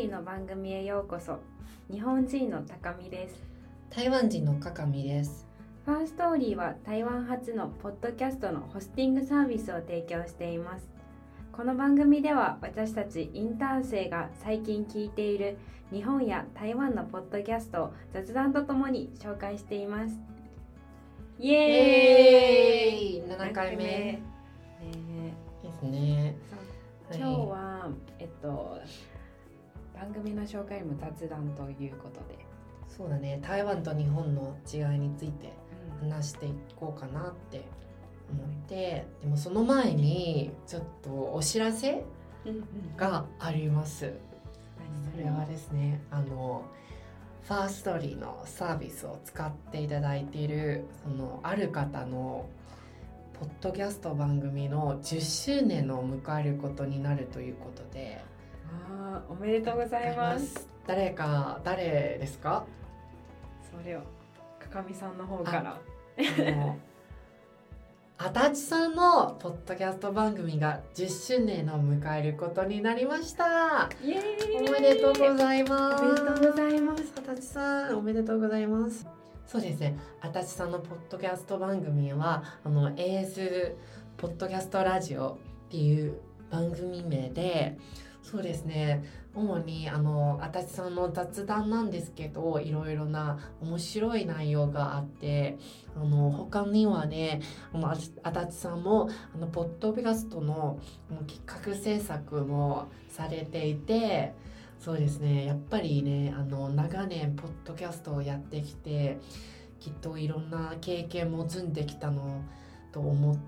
リーの番組へようこそ。日本人の高見です。 台湾人のかかみです。 ファーストーリーは台湾発のポッドキャストのホスティングサービスを提供しています。この番組では私たちインターン生が最近聞いている日本や台湾のポッドキャストを雑談とともに紹介しています。イエーイ 7回目ですね。 今日は、番組の紹介も雑談ということで、 そうだね、台湾と日本の違いについて話していこうかなって思って、でもその前にちょっとお知らせがあります。それはですね、ファーストリーのサービスを使っていただいているそのある方のポッドキャスト番組の10周年を迎えることになるということで、 おめでとうございます。 誰ですか？ それをかかみさんの方から足立さんのポッドキャスト番組が10周年を迎えることになりました。 イエーイ、 おめでとうございます。 おめでとうございます。 足立さんおめでとうございます。そうですね、足立さんのポッドキャスト番組はAS ポッドキャストラジオっていう番組名で、そうですね、主に足立さんの雑談なんですけど、いろいろな面白い内容があって、他にはね、足立さんもポッドキャストの企画制作もされていて、そうですね、やっぱりね、長年ポッドキャストをやってきて、きっといろんな経験も積んできたのと思って、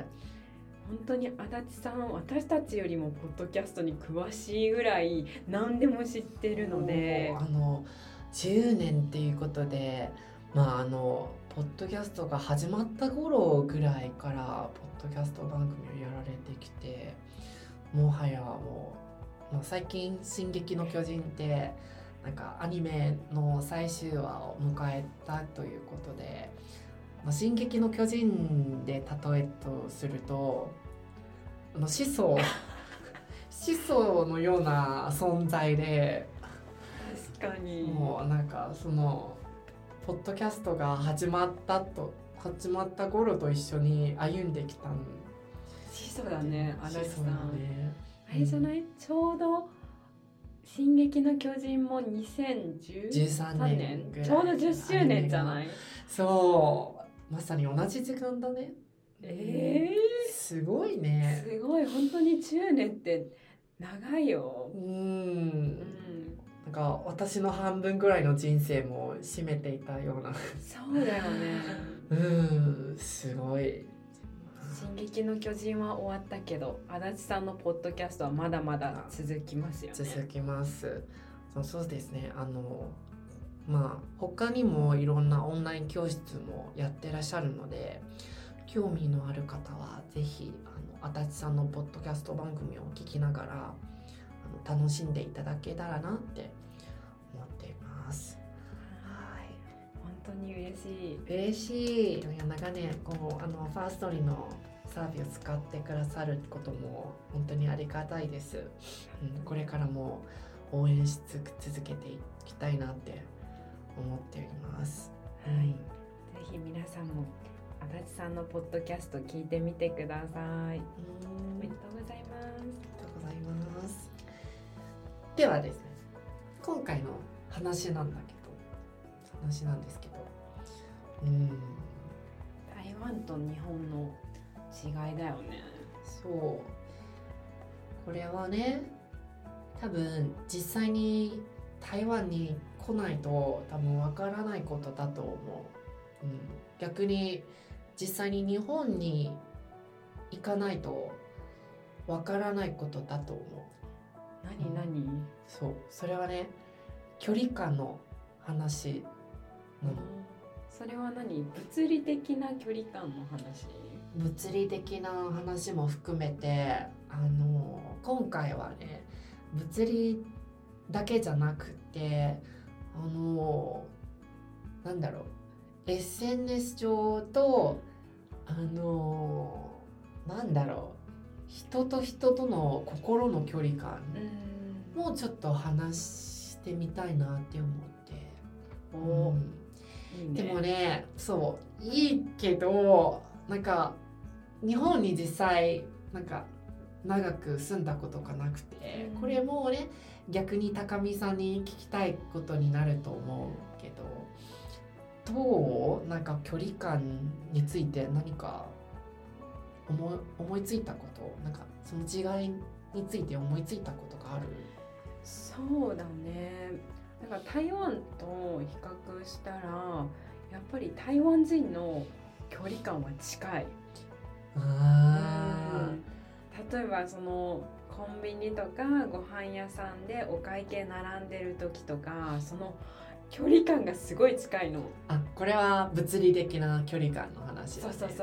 本当に足立さん、私たちよりもポッドキャストに詳しいぐらい何でも知ってるので、 10年っていうことで、ポッドキャストが始まった頃ぐらいからポッドキャスト番組をやられてきて、もはや最近「進撃の巨人」ってなんかアニメの最終話を迎えたということで、進撃の巨人で例えとすると始祖のような存在で、 確かにもうなんかそのポッドキャストが始まった頃と一緒に歩んできた始祖だね、足立さん。 ね、 あれじゃない、ちょうど進撃の巨人も2013年ぐらい、 ちょうど10周年じゃない？ そうまさに同じ時間だね。すごいね。 すごい、本当に10年って長いよ。 なんか私の半分ぐらいの人生も占めていたような。 そうだよね。 すごい。 進撃の巨人は終わったけど、足立さんのポッドキャストはまだまだ続きますよね。 続きます。そうですね。他にもいろんなオンライン教室もやってらっしゃるので、興味のある方はぜひ足立さんのポッドキャスト番組を聞きながら楽しんでいただけたらなって思っています。 はい、本当に嬉しい。長年ファーストリーのサービスを使ってくださることも本当にありがたいです。これからも応援し続けていきたいなって思っています。 はい、ぜひ皆さんも足立さんのポッドキャスト聞いてみてください。おめでとうございます。 ありがとうございます。ではですね、今回の話なんですけど、 台湾と日本の違いだよね。 そう、これはね、多分実際に台湾に来ないと多分わからないことだと思う。逆に実際に日本に行かないとわからないことだと思う。 何？ それはね、距離感の話なの。 それは何？物理的な距離感の話？ 物理的な話も含めて、今回はね、物理だけじゃなくて、SNS 上と人と人との心の距離感ももちょっと話してみたいなって思って、 いいね。 でもね、そういいけどなんか日本に実際なんか長く住んだことがなくて、これもね逆に高見さんに聞きたいことになると思うけど、どうなんか距離感について何か思いついたこと、なんかその違いについて思いついたことがある？ そうだね。なんか台湾と比較したらやっぱり台湾人の距離感は近い。例えばそのコンビニとかご飯屋さんでお会計並んでる時とか、その距離感がすごい近いの。 これは物理的な距離感の話だね。 そう。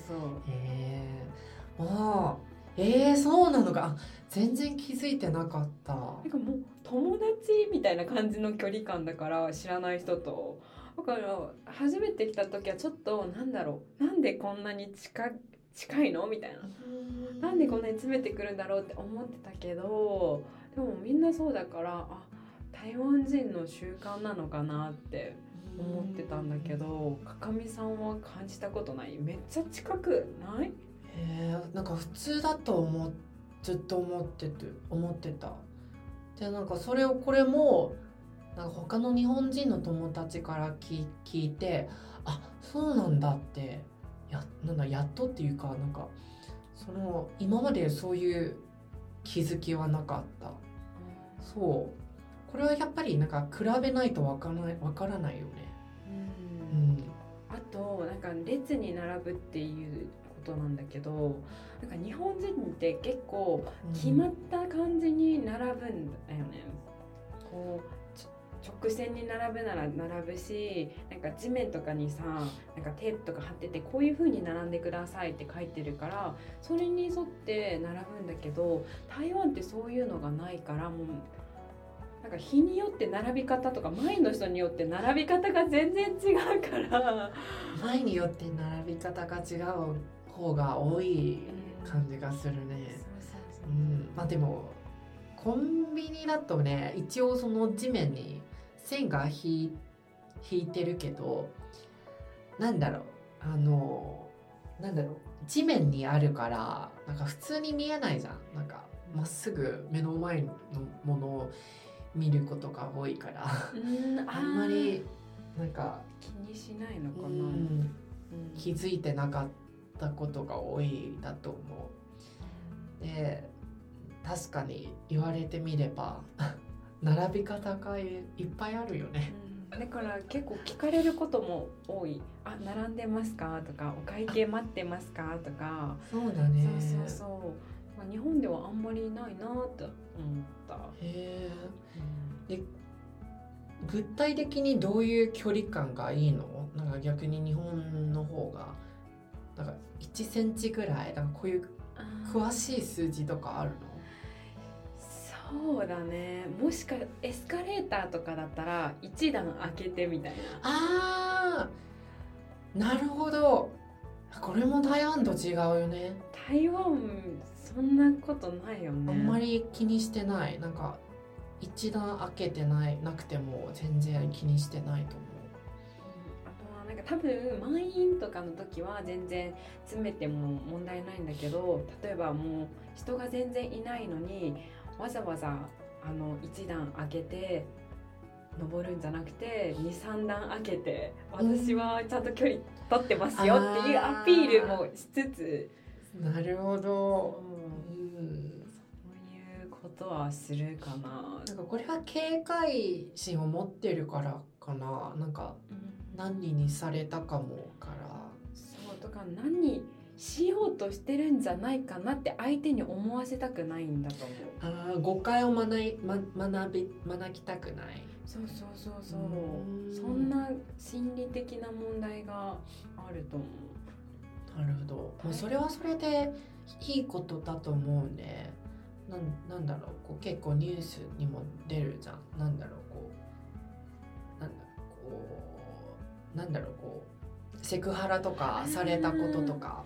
そうなのか。全然気づいてなかった。 なんかもう友達みたいな感じの距離感だから、知らない人と。だから初めて来た時はちょっとなんでこんなに近いのみたいな、なんでこんなに詰めてくるんだろうって思ってたけど、でもみんなそうだから、台湾人の習慣なのかなって思ってたんだけど、かかみさんは感じたことない？めっちゃ近くない？ なんか普通だとずっと思ってた。でなんかこれもなんか他の日本人の友達から聞いて、そうなんだってやっとっていうか、なんか今までそういう気づきはなかった。これはやっぱりなんか比べないとわからないよね。あとなんか列に並ぶっていうことなんだけど、なんか日本人って結構決まった感じに並ぶんだよね。こう直線に並ぶなら並ぶし、なんか地面とかにさ、なんかテープとか貼ってて、こういう風に並んでくださいって書いてるから、それに沿って並ぶんだけど、台湾ってそういうのがないから、もうなんか日によって並び方とか、前の人によって並び方が全然違うから前によって並び方が違う方が多い感じがするね。でもコンビニだとね、一応その地面に線が引いてるけど、地面にあるからなんか普通に見えないじゃん。なんかまっすぐ目の前のものを見ることが多いからあんまりなんか気にしないのかな。 気づいてなかったことが多いだと思う。で確かに言われてみれば並び方がいっぱいあるよね。 だから結構聞かれることも多い。並んでますかとか、お会計待ってますかとか。 そうだね。 日本ではあんまりないなと思った。 で具体的にどういう距離感がいいの？なんか逆に日本の方がなんか1センチぐらい、なんかこういう詳しい数字とかあるの？ そうだね。もしかエスカレーターとかだったら1段開けてみたいな。 なるほど。これも台湾と違うよね。 台湾そんなことないよね。 あんまり気にしてない。なんか一段開けてなくても全然気にしてないと思う。 あとはなんか多分満員とかの時は全然詰めても問題ないんだけど、例えばもう人が全然いないのにわざわざ一段開けて登るんじゃなくて 2,3 段開けて、私はちゃんと距離取ってますよっていうアピールもしつつ。 なるほど。 そういうことはするかな。 なんかこれは警戒心を持ってるからかな。なんか何にされたかもから。 そうとか、何しようとしてるんじゃないかなって相手に思わせたくないんだと思う。 誤解を学びたくない。 そう。そんな心理的な問題があると思う。 なるほど。それはそれでいいことだと思うんで、なんだろう、こう結構ニュースにも出るじゃん。セクハラとかされたこととか、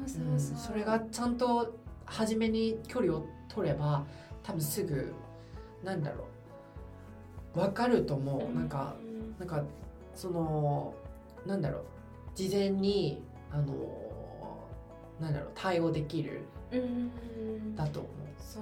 それがちゃんと初めに距離を取れば多分すぐなんだろう、分かると思う。なんかそのなんだろう、事前になんだろう、対応できるだと思う。 そう、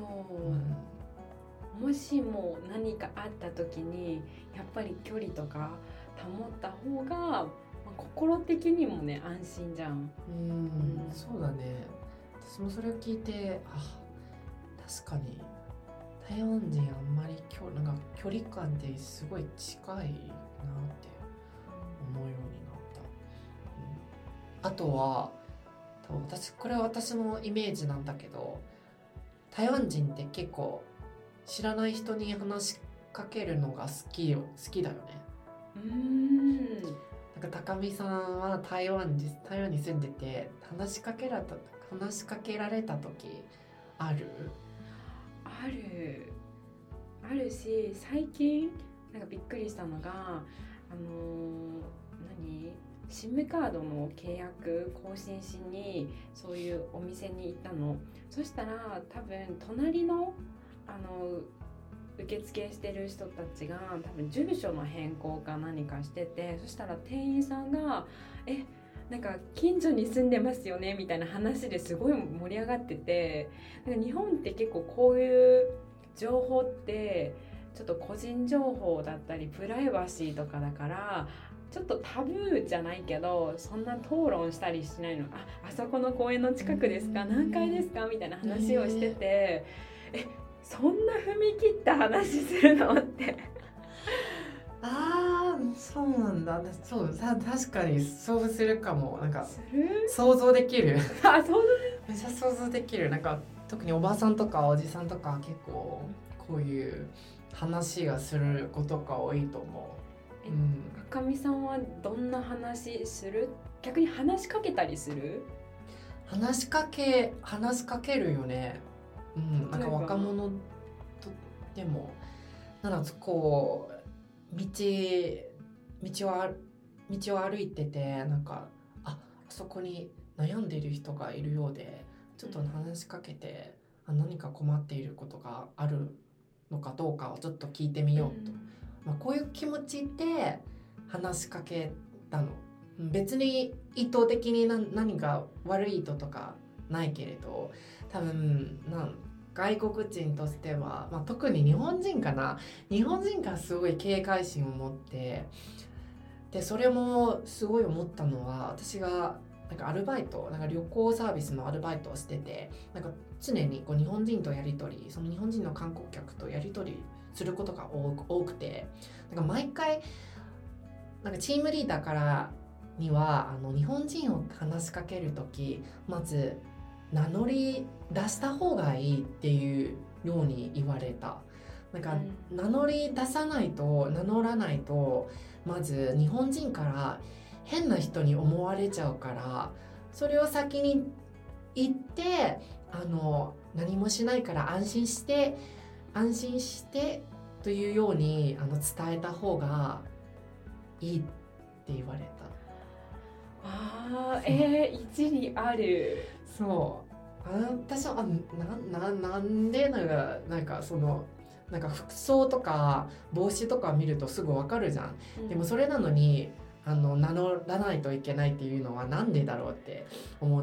もしも何かあった時にやっぱり距離とか保った方が、まあ、心的にもね安心じゃん。 そうだね。私もそれを聞いて、確かに台湾人あんまりなんか距離感ってすごい近いなって思うようになった。あとはこれは私のイメージなんだけど、台湾人って結構知らない人に話しかけるのが好きだよね。なんか高見さんは台湾に住んでて話しかけられた時あるし、最近なんかびっくりしたのがSIM カードの契約更新しにそういうお店に行ったの。そしたら多分隣の受付してる人たちが多分住所の変更か何かしてて、そしたら店員さんがなんか近所に住んでますよねみたいな話ですごい盛り上がってて、なんか日本って結構こういう情報ってちょっと個人情報だったりプライバシーとかだからちょっとタブーじゃないけど、そんな討論したりしないの。あそこの公園の近くですか、何階ですかみたいな話をしてて、そんな踏み切った話するのってそうなんだ。確かにそうするかも。なんかする想像できるそうだね。 めっちゃ想像できる。なんか特におばさんとかおじさんとか結構こういう話がすることが多いと思う。 赤見さんはどんな話する？逆に話しかけたりする？ 話しかけるよね。なんか若者とでもなんかこう道を歩いてて、なんかあそこに悩んでいる人がいるようで、ちょっと話しかけて、何か困っていることがあるのかどうかをちょっと聞いてみようと。こういう気持ちで話しかけたの。別に意図的に何か悪い意図とかないけれど、多分外国人としては、特に日本人がすごい警戒心を持って、でそれもすごい思ったのは、私がなんかアルバイト、なんか旅行サービスのアルバイトをしてて、なんか常にこう日本人とやり取り、その日本人の観光客とやり取りすることが多くて、なんか毎回なんかチームリーダーからには日本人を話しかけるとき、まず名乗り出した方がいいっていうように言われた。なんか名乗らないとまず日本人から変な人に思われちゃうから、それを先に言って何もしないから安心してというように伝えた方がいいって言われた。 一理ある。 そう私はなんでなんかそのなんか服装とか帽子とか見るとすぐわかるじゃん、でもそれなのに名乗らないといけないっていうのはなんでだろうって思って、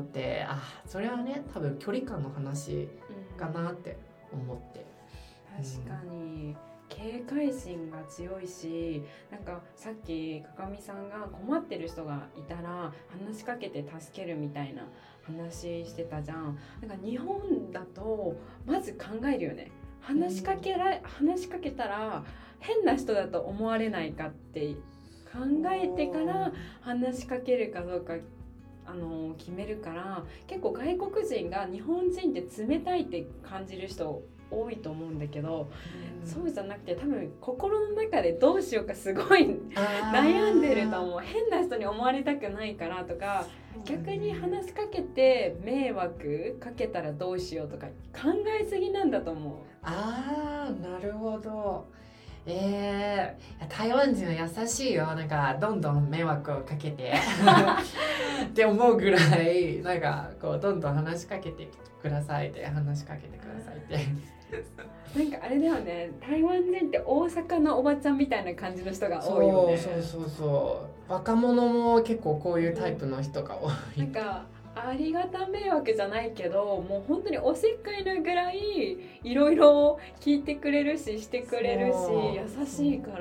それはね多分距離感の話かなって思って、 確かに警戒心が強いし、なんかさっきかかみさんが困ってる人がいたら話しかけて助けるみたいな話してたじゃん。なんか日本だとまず考えるよね。話しかけたら変な人だと思われないかって考えてから話しかけるかどうか決めるから、結構外国人が日本人って冷たいって感じる人多いと思うんだけど、そうじゃなくて多分心の中でどうしようかすごい悩んでると思う。変な人に思われたくないからとか、逆に話しかけて迷惑かけたらどうしようとか考えすぎなんだと思う。 なるほど。 台湾人は優しいよ。なんかどんどん迷惑をかけてって思うぐらい、なんかこうどんどん話しかけてくださいって話しかけてくださいってなんかあれだよね、台湾人って大阪のおばちゃんみたいな感じの人が多いよね。 そう若者も結構こういうタイプの人が多い。 なんかありがた迷惑じゃないけど、もう本当におせっかいなぐらいいろいろ聞いてくれるししてくれるし優しいから。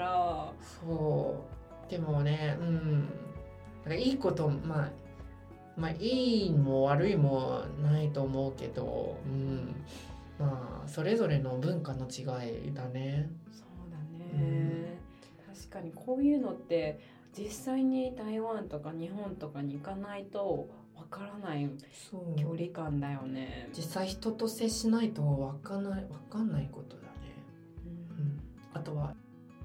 そうでもね、なんかいいことまあいいも悪いもないと思うけど、まあそれぞれの文化の違いだね。 そうだね、確かにこういうのって実際に台湾とか日本とかに行かないとわからない距離感だよね。 実際人と接しないとわかんないことだね。あとは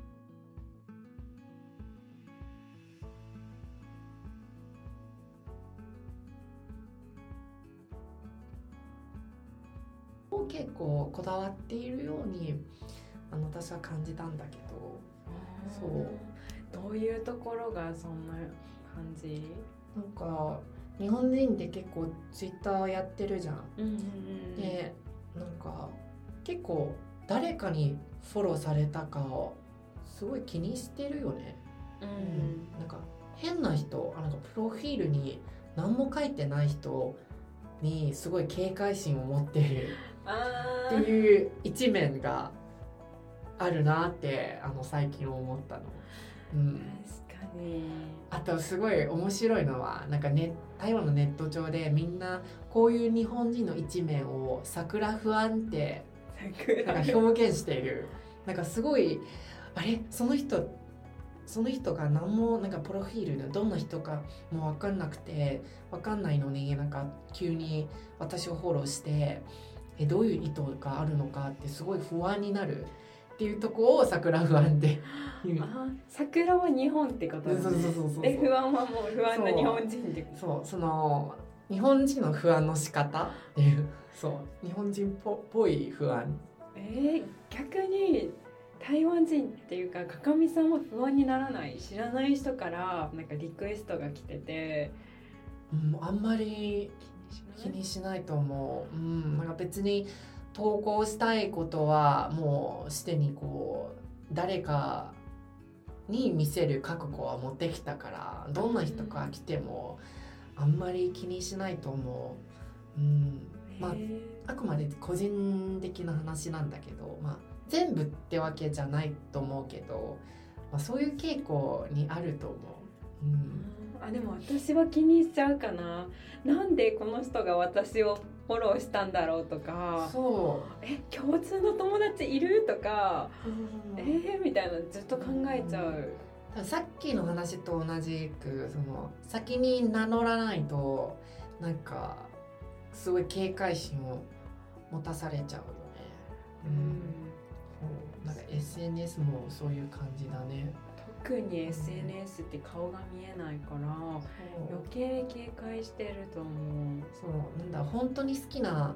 結構こだわっているように私は感じたんだけど。 どういうところがそんな感じ？ なんか日本人って結構ツイッターやってるじゃん。でなんか結構誰かにフォローされたかをすごい気にしてるよね。なんか変な人、なんかプロフィールに何も書いてない人にすごい警戒心を持ってるっていう一面があるなって最近思ったの。 確かに。 あとすごい面白いのはなんか台湾のネット上でみんなこういう日本人の一面を桜不安ってなんか表現している。なんかすごいあれその人が何もなんかプロフィールでどんな人かもう分かんなくて分かんないのになんか急に私をフォローしてどういう意図があるのかってすごい不安になるっていうとこを桜不安っていう桜は日本ってことだね。そう不安はもう不安な日本人ってこと。 その日本人の不安の仕方っていう日本人っぽい不安。 逆に台湾人っていうかかかみさんは不安にならない？知らない人からなんかリクエストが来てて、 あんまり気にしないと思う。なんか別に投稿したいことはもうすでにこう誰かに見せる覚悟は持ってきたからどんな人が来てもあんまり気にしないと思う。まああくまで個人的な話なんだけど、全部ってわけじゃないと思うけど、そういう傾向にあると思う。 でも私は気にしちゃうかな。なんでこの人が私をフォローしたんだろうとか、共通の友達いるとか、みたいなずっと考えちゃう。 さっきの話と同じく先に名乗らないとなんかすごい警戒心を持たされちゃうよね。なんか SNS もそういう感じだね。 特に SNS って顔が見えないから余計警戒してると思う。 本当に好きな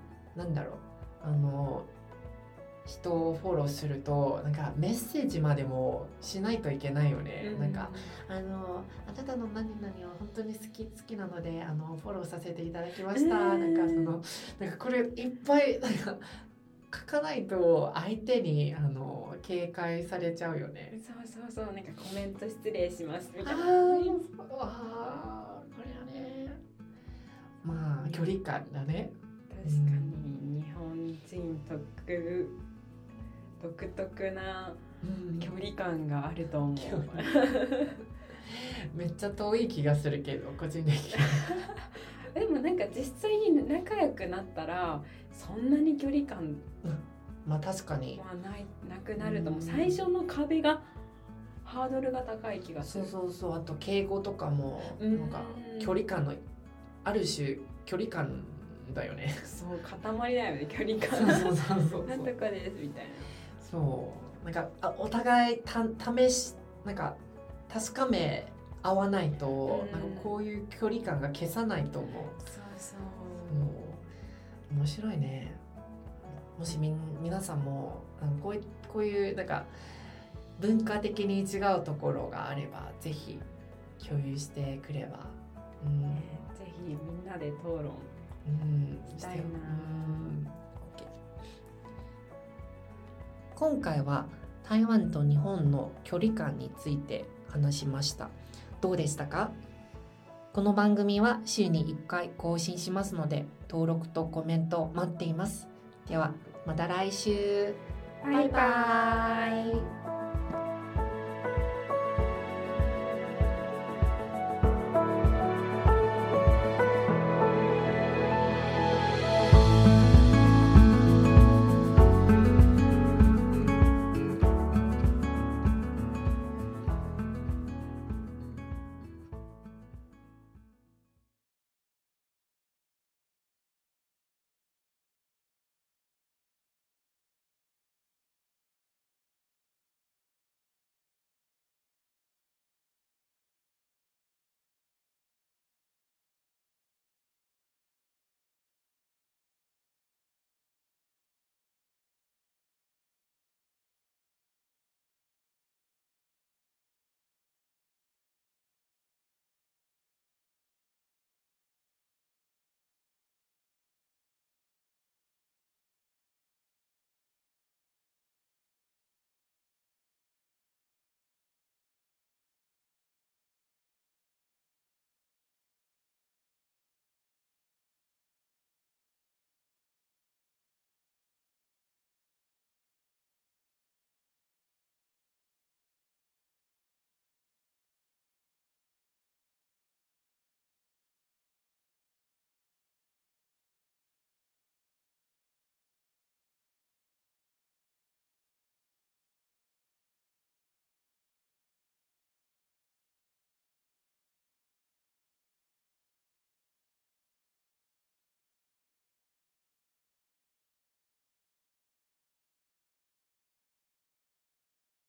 人をフォローするとなんかメッセージまでもしないといけないよね。なんかあなたの何々を本当に好きなのでフォローさせていただきました。なんかこれいっぱいなんか書かないと相手に警戒されちゃうよね。 そうなんかコメント失礼しますみたいな。 これはね距離感だね。 確かに日本人独特な距離感があると思う。 めっちゃ遠い気がするけど個人的にでもなんか実際に仲良くなったらそんなに距離感確かになくなると思う。最初の壁がハードルが高い気がする。 あと敬語とかもなんか距離感のある種距離感だよね。 塊だよね距離感。なんとかですみたいな。 なんかお互いなんか確かめ合わないとなんかこういう距離感が消さないと思う。面白いね。もし皆さんもこういうなんか文化的に違うところがあればぜひ共有してくれば、 ぜひみんなで討論したいな。 今回は台湾と日本の距離感について話しました。どうでしたか？この番組は週に1回更新しますので、登録とコメント待っています。ではまた来週。 バイバイ。